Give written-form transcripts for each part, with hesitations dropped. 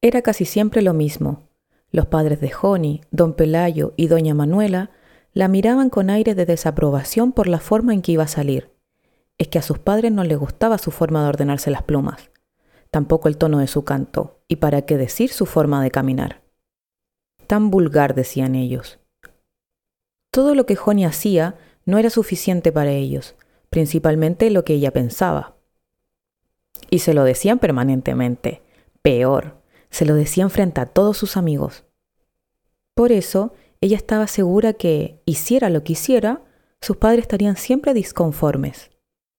Era casi siempre lo mismo. Los padres de Joni, don Pelayo y doña Manuela la miraban con aire de desaprobación por la forma en que iba a salir. Es que a sus padres no les gustaba su forma de ordenarse las plumas, tampoco el tono de su canto, y para qué decir su forma de caminar. Tan vulgar, decían ellos. Todo lo que Joni hacía no era suficiente para ellos, principalmente lo que ella pensaba. Y se lo decían permanentemente. Peor, se lo decían frente a todos sus amigos. Por eso, ella estaba segura que, hiciera lo que hiciera, sus padres estarían siempre disconformes.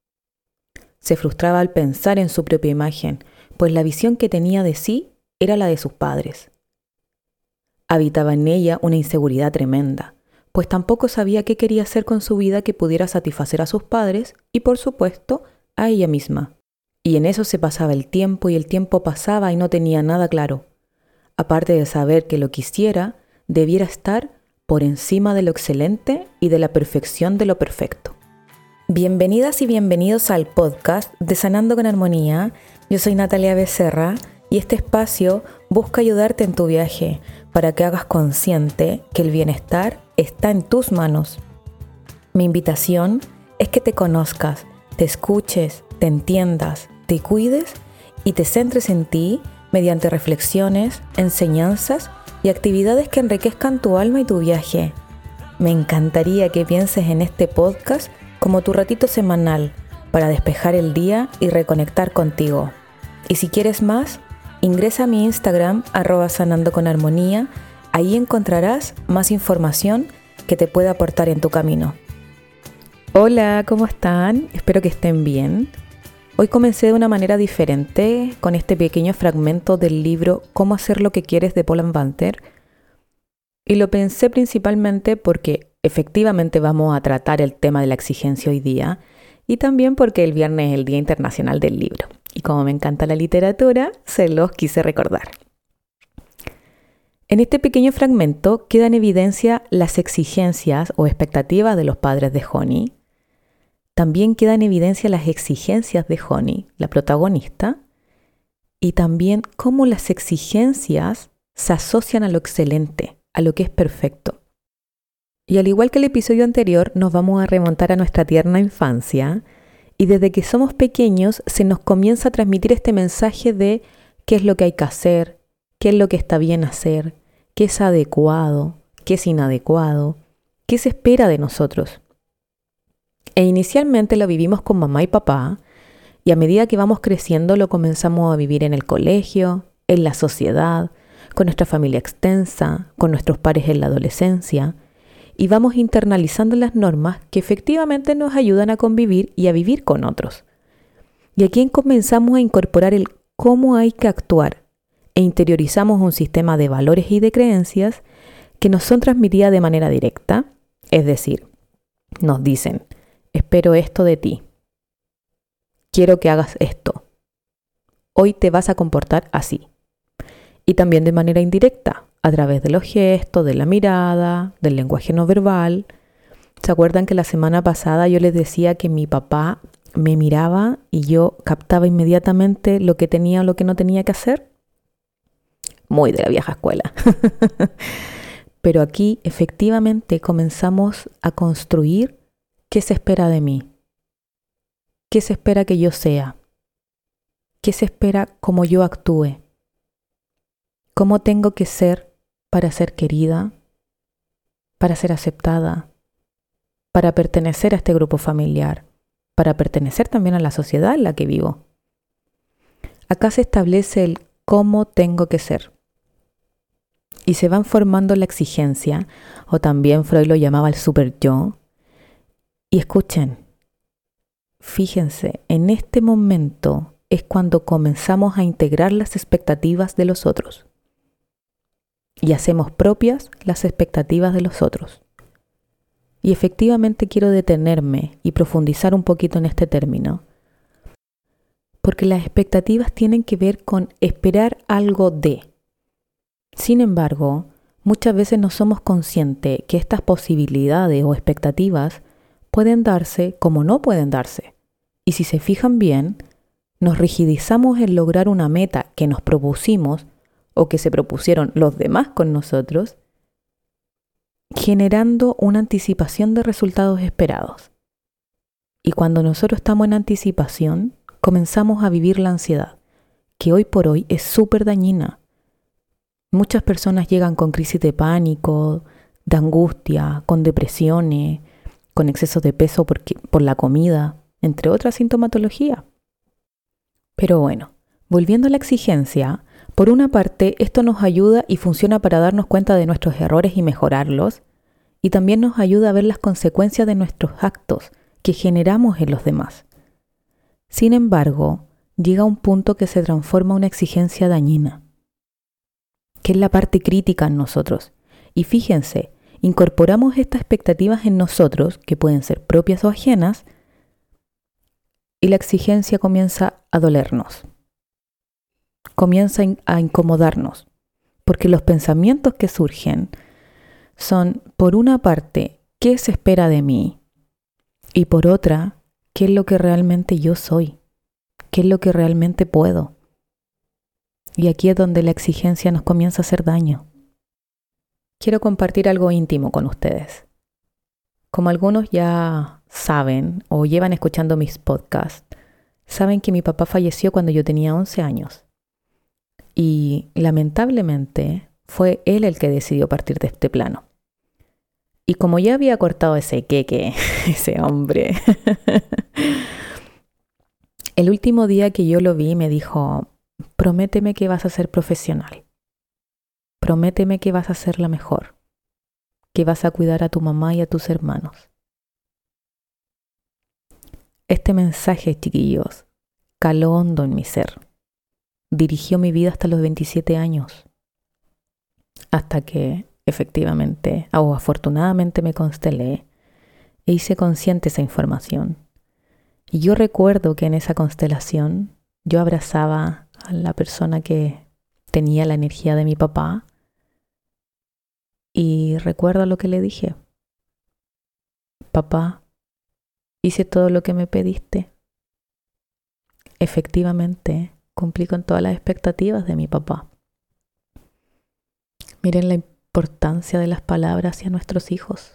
Se frustraba al pensar en su propia imagen, pues la visión que tenía de sí era la de sus padres. Habitaba en ella una inseguridad tremenda, pues tampoco sabía qué quería hacer con su vida que pudiera satisfacer a sus padres y, por supuesto, a ella misma. Y en eso se pasaba el tiempo y el tiempo pasaba y no tenía nada claro. Aparte de saber que lo que hiciera debiera estar por encima de lo excelente y de la perfección de lo perfecto. Bienvenidas y bienvenidos al podcast de Sanando con Armonía. Yo soy Natalia Becerra y este espacio busca ayudarte en tu viaje para que hagas consciente que el bienestar está en tus manos. Mi invitación es que te conozcas, te escuches, te entiendas, te cuides y te centres en ti mediante reflexiones, enseñanzas y actividades que enriquezcan tu alma y tu viaje. Me encantaría que pienses en este podcast como tu ratito semanal para despejar el día y reconectar contigo. Y si quieres más, ingresa a mi Instagram @sanandoconarmonía. Ahí encontrarás más información que te pueda aportar en tu camino. Hola, ¿cómo están? Espero que estén bien. Hoy comencé de una manera diferente con este pequeño fragmento del libro Cómo hacer lo que quieres de Paul Banter. Y lo pensé principalmente porque efectivamente vamos a tratar el tema de la exigencia hoy día y también porque el viernes es el Día Internacional del Libro. Y como me encanta la literatura, se los quise recordar. En este pequeño fragmento queda en evidencia las exigencias o expectativas de los padres de Joni. También queda en evidencia las exigencias de Joni, la protagonista, y también cómo las exigencias se asocian a lo excelente, a lo que es perfecto. Y al igual que el episodio anterior, nos vamos a remontar a nuestra tierna infancia, y desde que somos pequeños se nos comienza a transmitir este mensaje de qué es lo que hay que hacer, qué es lo que está bien hacer, qué es adecuado, qué es inadecuado, qué se espera de nosotros. E inicialmente lo vivimos con mamá y papá, y a medida que vamos creciendo lo comenzamos a vivir en el colegio, en la sociedad, con nuestra familia extensa, con nuestros pares en la adolescencia, y vamos internalizando las normas que efectivamente nos ayudan a convivir y a vivir con otros. Y aquí comenzamos a incorporar el cómo hay que actuar e interiorizamos un sistema de valores y de creencias que nos son transmitidas de manera directa, es decir, nos dicen: espero esto de ti. Quiero que hagas esto. Hoy te vas a comportar así. Y también de manera indirecta, a través de los gestos, de la mirada, del lenguaje no verbal. ¿Se acuerdan que la semana pasada yo les decía que mi papá me miraba y yo captaba inmediatamente lo que tenía o lo que no tenía que hacer? Muy de la vieja escuela. Pero aquí efectivamente comenzamos a construir qué se espera de mí, qué se espera que yo sea, qué se espera cómo yo actúe, cómo tengo que ser para ser querida, para ser aceptada, para pertenecer a este grupo familiar, para pertenecer también a la sociedad en la que vivo. Acá se establece el cómo tengo que ser. Y se van formando la exigencia, o también Freud lo llamaba el super yo. Y escuchen, fíjense, en este momento es cuando comenzamos a integrar las expectativas de los otros. Y hacemos propias las expectativas de los otros. Y efectivamente quiero detenerme y profundizar un poquito en este término. Porque las expectativas tienen que ver con esperar algo de. Sin embargo, muchas veces no somos conscientes que estas posibilidades o expectativas pueden darse como no pueden darse. Y si se fijan bien, nos rigidizamos en lograr una meta que nos propusimos o que se propusieron los demás con nosotros, generando una anticipación de resultados esperados. Y cuando nosotros estamos en anticipación, comenzamos a vivir la ansiedad, que hoy por hoy es súper dañina. Muchas personas llegan con crisis de pánico, de angustia, con depresiones, con exceso de peso por la comida, entre otras sintomatologías. Pero bueno, volviendo a la exigencia, por una parte, esto nos ayuda y funciona para darnos cuenta de nuestros errores y mejorarlos, y también nos ayuda a ver las consecuencias de nuestros actos que generamos en los demás. Sin embargo, llega un punto que se transforma en una exigencia dañina, que es la parte crítica en nosotros. Y fíjense, incorporamos estas expectativas en nosotros, que pueden ser propias o ajenas, y la exigencia comienza a dolernos, comienza a incomodarnos, porque los pensamientos que surgen son, por una parte, ¿qué se espera de mí? Y por otra, ¿qué es lo que realmente yo soy? ¿Qué es lo que realmente puedo? Y aquí es donde la exigencia nos comienza a hacer daño. Quiero compartir algo íntimo con ustedes. Como algunos ya saben o llevan escuchando mis podcasts, saben que mi papá falleció cuando yo tenía 11 años. Y lamentablemente fue él el que decidió partir de este plano. Y como ya había cortado ese queque, ese hombre, el último día que yo lo vi me dijo: prométeme que vas a ser profesional. Prométeme que vas a ser la mejor. Que vas a cuidar a tu mamá y a tus hermanos. Este mensaje, chiquillos, caló hondo en mi ser. Dirigió mi vida hasta los 27 años. Hasta que, efectivamente, o afortunadamente me constelé e hice consciente esa información. Y yo recuerdo que en esa constelación yo abrazaba a la persona que tenía la energía de mi papá y recuerdo lo que le dije: papá, hice todo lo que me pediste. Efectivamente, cumplí con todas las expectativas de mi papá. Miren la importancia de las palabras hacia nuestros hijos.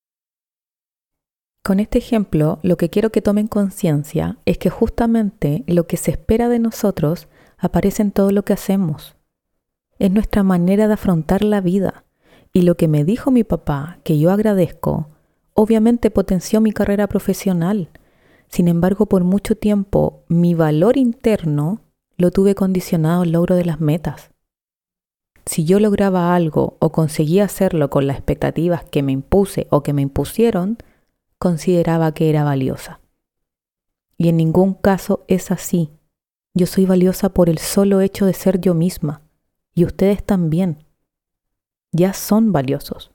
Con este ejemplo, lo que quiero que tomen conciencia es que justamente lo que se espera de nosotros aparece en todo lo que hacemos. Es nuestra manera de afrontar la vida. Y lo que me dijo mi papá, que yo agradezco, obviamente potenció mi carrera profesional. Sin embargo, por mucho tiempo, mi valor interno lo tuve condicionado al logro de las metas. Si yo lograba algo o conseguía hacerlo con las expectativas que me impuse o que me impusieron, consideraba que era valiosa. Y en ningún caso es así. Yo soy valiosa por el solo hecho de ser yo misma. Y ustedes también. Ya son valiosos.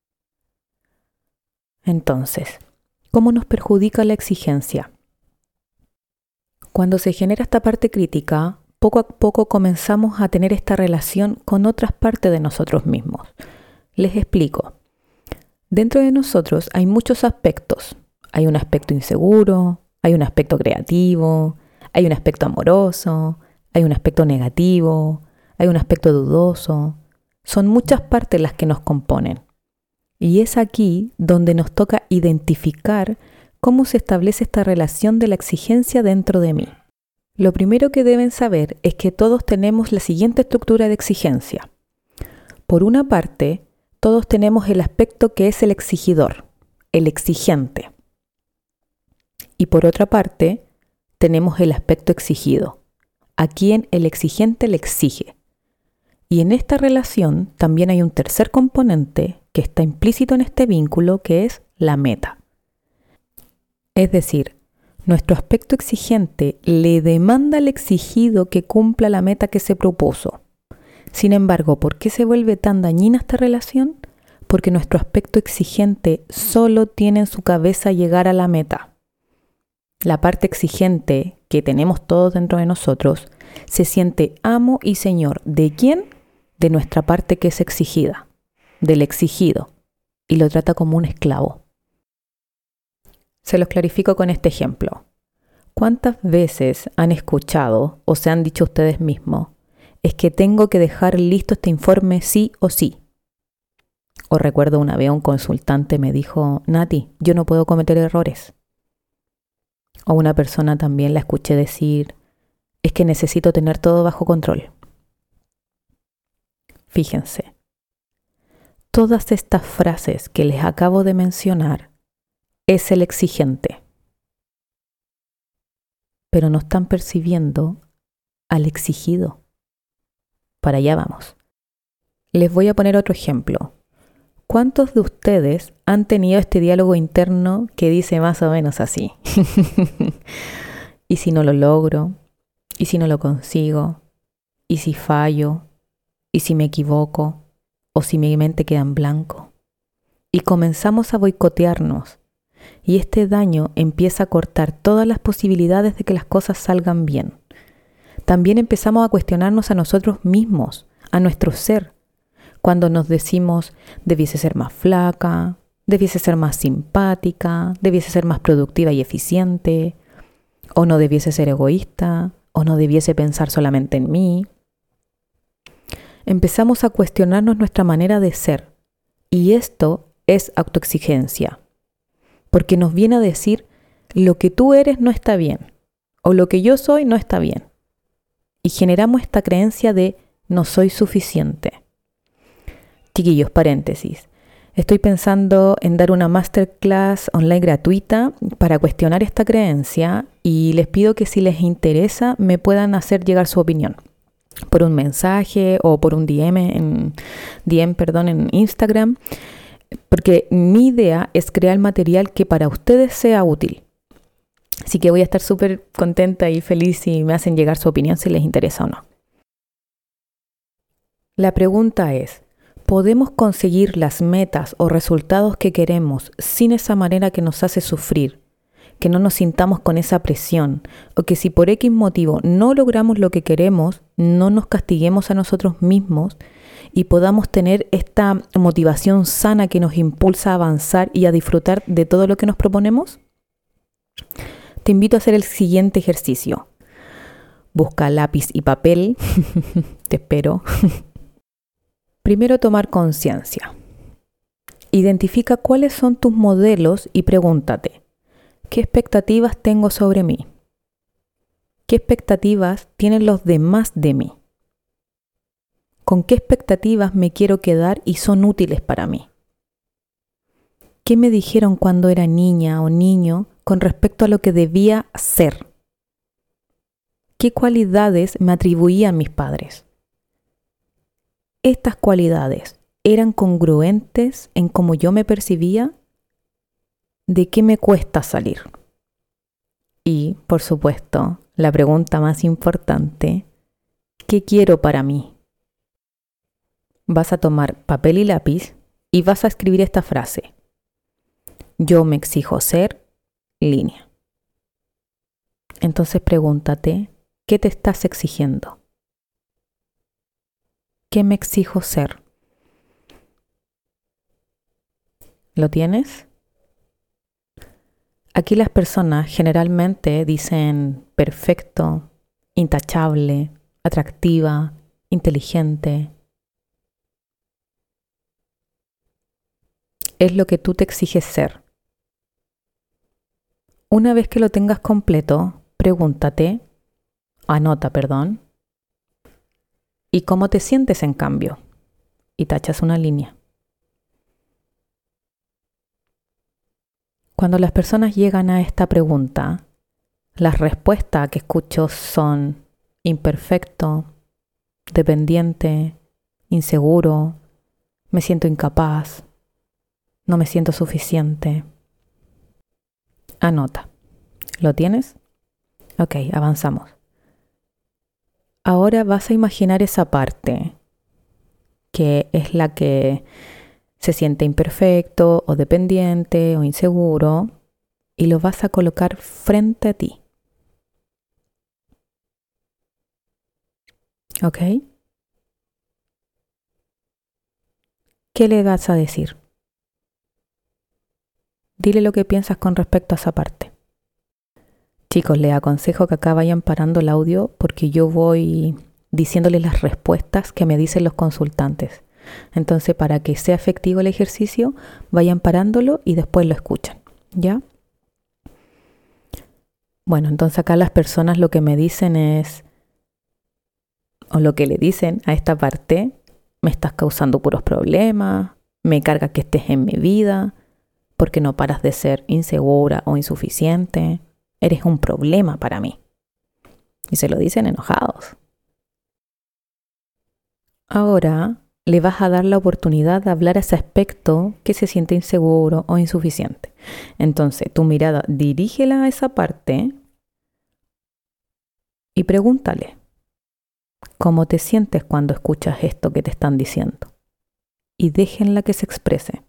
Entonces, ¿cómo nos perjudica la exigencia? Cuando se genera esta parte crítica, poco a poco comenzamos a tener esta relación con otras partes de nosotros mismos. Les explico. Dentro de nosotros hay muchos aspectos. Hay un aspecto inseguro, hay un aspecto creativo, hay un aspecto amoroso, hay un aspecto negativo, hay un aspecto dudoso. Son muchas partes las que nos componen. Y es aquí donde nos toca identificar cómo se establece esta relación de la exigencia dentro de mí. Lo primero que deben saber es que todos tenemos la siguiente estructura de exigencia. Por una parte, todos tenemos el aspecto que es el exigidor, el exigente. Y por otra parte, tenemos el aspecto exigido, a quien el exigente le exige. Y en esta relación también hay un tercer componente que está implícito en este vínculo, que es la meta. Es decir, nuestro aspecto exigente le demanda al exigido que cumpla la meta que se propuso. Sin embargo, ¿por qué se vuelve tan dañina esta relación? Porque nuestro aspecto exigente solo tiene en su cabeza llegar a la meta. La parte exigente que tenemos todos dentro de nosotros se siente amo y señor. ¿De quién? De nuestra parte que es exigida, del exigido, y lo trata como un esclavo. Se los clarifico con este ejemplo. ¿Cuántas veces han escuchado o se han dicho ustedes mismos: es que tengo que dejar listo este informe sí o sí. O recuerdo una vez un consultante me dijo, Nati, yo no puedo cometer errores. O una persona también la escuché decir, es que necesito tener todo bajo control. Fíjense, todas estas frases que les acabo de mencionar es el exigente, pero no están percibiendo al exigido. Para allá vamos. Les voy a poner otro ejemplo. ¿Cuántos de ustedes han tenido este diálogo interno que dice más o menos así? ¿Y si no lo logro? ¿Y si no lo consigo? ¿Y si fallo? ¿Y si me equivoco? ¿O si mi mente queda en blanco? Y comenzamos a boicotearnos. Y este daño empieza a cortar todas las posibilidades de que las cosas salgan bien. También empezamos a cuestionarnos a nosotros mismos, a nuestro ser. Cuando nos decimos, debiese ser más flaca, debiese ser más simpática, debiese ser más productiva y eficiente, o no debiese ser egoísta, o no debiese pensar solamente en mí. Empezamos a cuestionarnos nuestra manera de ser, y esto es autoexigencia, porque nos viene a decir, lo que tú eres no está bien, o lo que yo soy no está bien, y generamos esta creencia de no soy suficiente. Chiquillos, paréntesis. Estoy pensando en dar una masterclass online gratuita para cuestionar esta creencia y les pido que si les interesa me puedan hacer llegar su opinión por un mensaje o por un DM en Instagram, porque mi idea es crear material que para ustedes sea útil. Así que voy a estar súper contenta y feliz si me hacen llegar su opinión, si les interesa o no. La pregunta es, ¿podemos conseguir las metas o resultados que queremos sin esa manera que nos hace sufrir? Que no nos sintamos con esa presión, o que si por X motivo no logramos lo que queremos, no nos castiguemos a nosotros mismos y podamos tener esta motivación sana que nos impulsa a avanzar y a disfrutar de todo lo que nos proponemos. Te invito a hacer el siguiente ejercicio. Busca lápiz y papel. Te espero. Primero, tomar conciencia. Identifica cuáles son tus modelos y pregúntate, ¿qué expectativas tengo sobre mí? ¿Qué expectativas tienen los demás de mí? ¿Con qué expectativas me quiero quedar y son útiles para mí? ¿Qué me dijeron cuando era niña o niño con respecto a lo que debía ser? ¿Qué cualidades me atribuían mis padres? ¿Estas cualidades eran congruentes en cómo yo me percibía? ¿De qué me cuesta salir? Y, por supuesto, la pregunta más importante, ¿qué quiero para mí? Vas a tomar papel y lápiz y vas a escribir esta frase. Yo me exijo ser, línea. Entonces pregúntate, ¿qué te estás exigiendo? ¿Qué me exijo ser? ¿Lo tienes? Aquí las personas generalmente dicen perfecto, intachable, atractiva, inteligente. Es lo que tú te exiges ser. Una vez que lo tengas completo, anota, ¿y cómo te sientes en cambio? Y tachas una línea. Cuando las personas llegan a esta pregunta, las respuestas que escucho son imperfecto, dependiente, inseguro, me siento incapaz, no me siento suficiente. Anota. ¿Lo tienes? Ok, avanzamos. Ahora vas a imaginar esa parte que es la que se siente imperfecto o dependiente o inseguro y lo vas a colocar frente a ti. ¿Ok? ¿Qué le vas a decir? Dile lo que piensas con respecto a esa parte. Chicos, les aconsejo que acá vayan parando el audio porque yo voy diciéndole las respuestas que me dicen los consultantes. Entonces, para que sea efectivo el ejercicio, vayan parándolo y después lo escuchan, ¿ya? Bueno, entonces acá las personas lo que me dicen es, o lo que le dicen a esta parte, me estás causando puros problemas, me carga que estés en mi vida, porque no paras de ser insegura o insuficiente, eres un problema para mí. Y se lo dicen enojados. Ahora le vas a dar la oportunidad de hablar a ese aspecto que se siente inseguro o insuficiente. Entonces, tu mirada dirígela a esa parte y pregúntale, ¿cómo te sientes cuando escuchas esto que te están diciendo? Y déjenla que se exprese.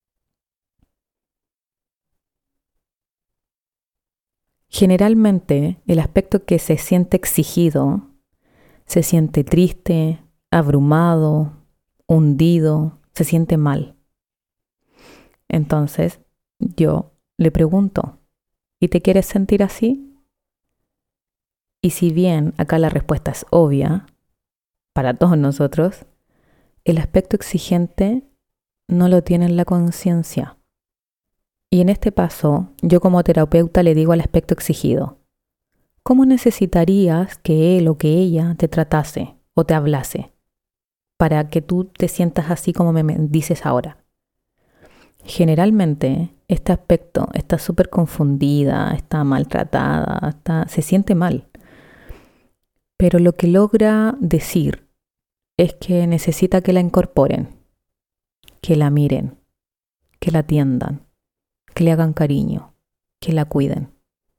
Generalmente, el aspecto que se siente exigido, se siente triste, abrumado, hundido, se siente mal. Entonces, yo le pregunto, ¿y te quieres sentir así? Y si bien acá la respuesta es obvia, para todos nosotros, el aspecto exigente no lo tiene en la conciencia. Y en este paso, yo como terapeuta le digo al aspecto exigido, ¿cómo necesitarías que él o que ella te tratase o te hablase para que tú te sientas así como me dices ahora? Generalmente, este aspecto está súper confundida, está maltratada, se siente mal. Pero lo que logra decir es que necesita que la incorporen, que la miren, que la atiendan, que le hagan cariño, que la cuiden.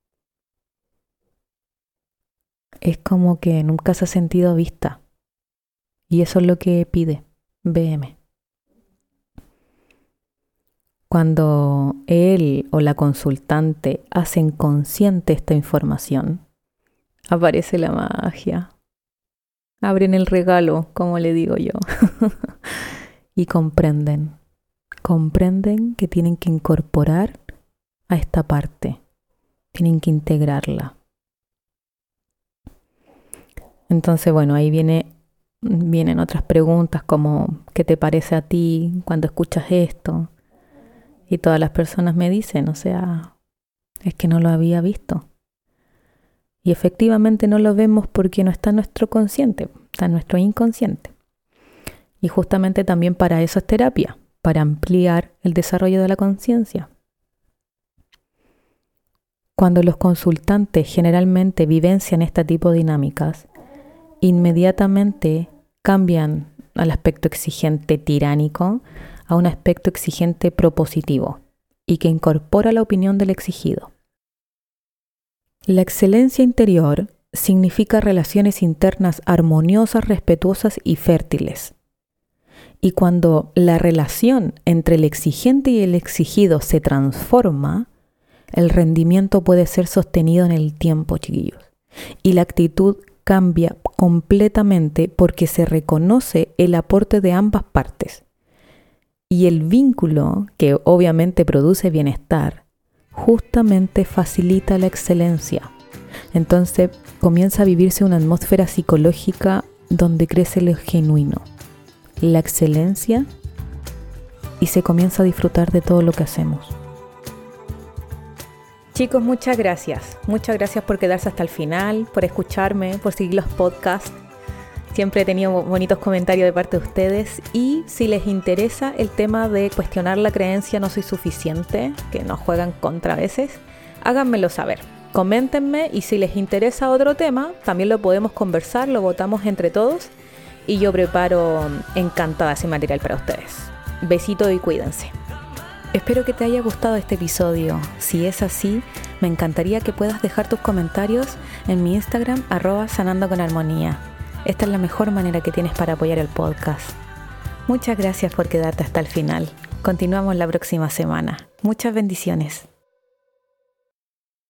Es como que nunca se ha sentido vista. Y eso es lo que pide BM. Cuando él o la consultante hacen consciente esta información, aparece la magia. Abren el regalo, como le digo yo. Y comprenden que tienen que incorporar a esta parte. Tienen que integrarla. Entonces, bueno, ahí vienen otras preguntas como ¿qué te parece a ti cuando escuchas esto? Y todas las personas me dicen, o sea, es que no lo había visto. Y efectivamente no lo vemos porque no está en nuestro consciente, está en nuestro inconsciente. Y justamente también para eso es terapia, para ampliar el desarrollo de la conciencia. Cuando los consultantes generalmente vivencian este tipo de dinámicas, inmediatamente cambian al aspecto exigente tiránico a un aspecto exigente propositivo y que incorpora la opinión del exigido. La excelencia interior significa relaciones internas armoniosas, respetuosas y fértiles. Y cuando la relación entre el exigente y el exigido se transforma, el rendimiento puede ser sostenido en el tiempo, chiquillos. Y la actitud cambia completamente porque se reconoce el aporte de ambas partes. Y el vínculo, que obviamente produce bienestar, justamente facilita la excelencia. Entonces comienza a vivirse una atmósfera psicológica donde crece lo genuino, la excelencia, y se comienza a disfrutar de todo lo que hacemos. Chicos, muchas gracias por quedarse hasta el final, por escucharme, por seguir los podcasts. Siempre he tenido bonitos comentarios de parte de ustedes, y si les interesa el tema de cuestionar la creencia no soy suficiente, que nos juegan contra a veces, háganmelo saber. Coméntenme, y si les interesa otro tema, también lo podemos conversar, lo votamos entre todos, y yo preparo encantada ese material para ustedes. Besito y cuídense. Espero que te haya gustado este episodio. Si es así, me encantaría que puedas dejar tus comentarios en mi Instagram, @sanandoconarmonía. Esta es la mejor manera que tienes para apoyar el podcast. Muchas gracias por quedarte hasta el final. Continuamos la próxima semana. Muchas bendiciones.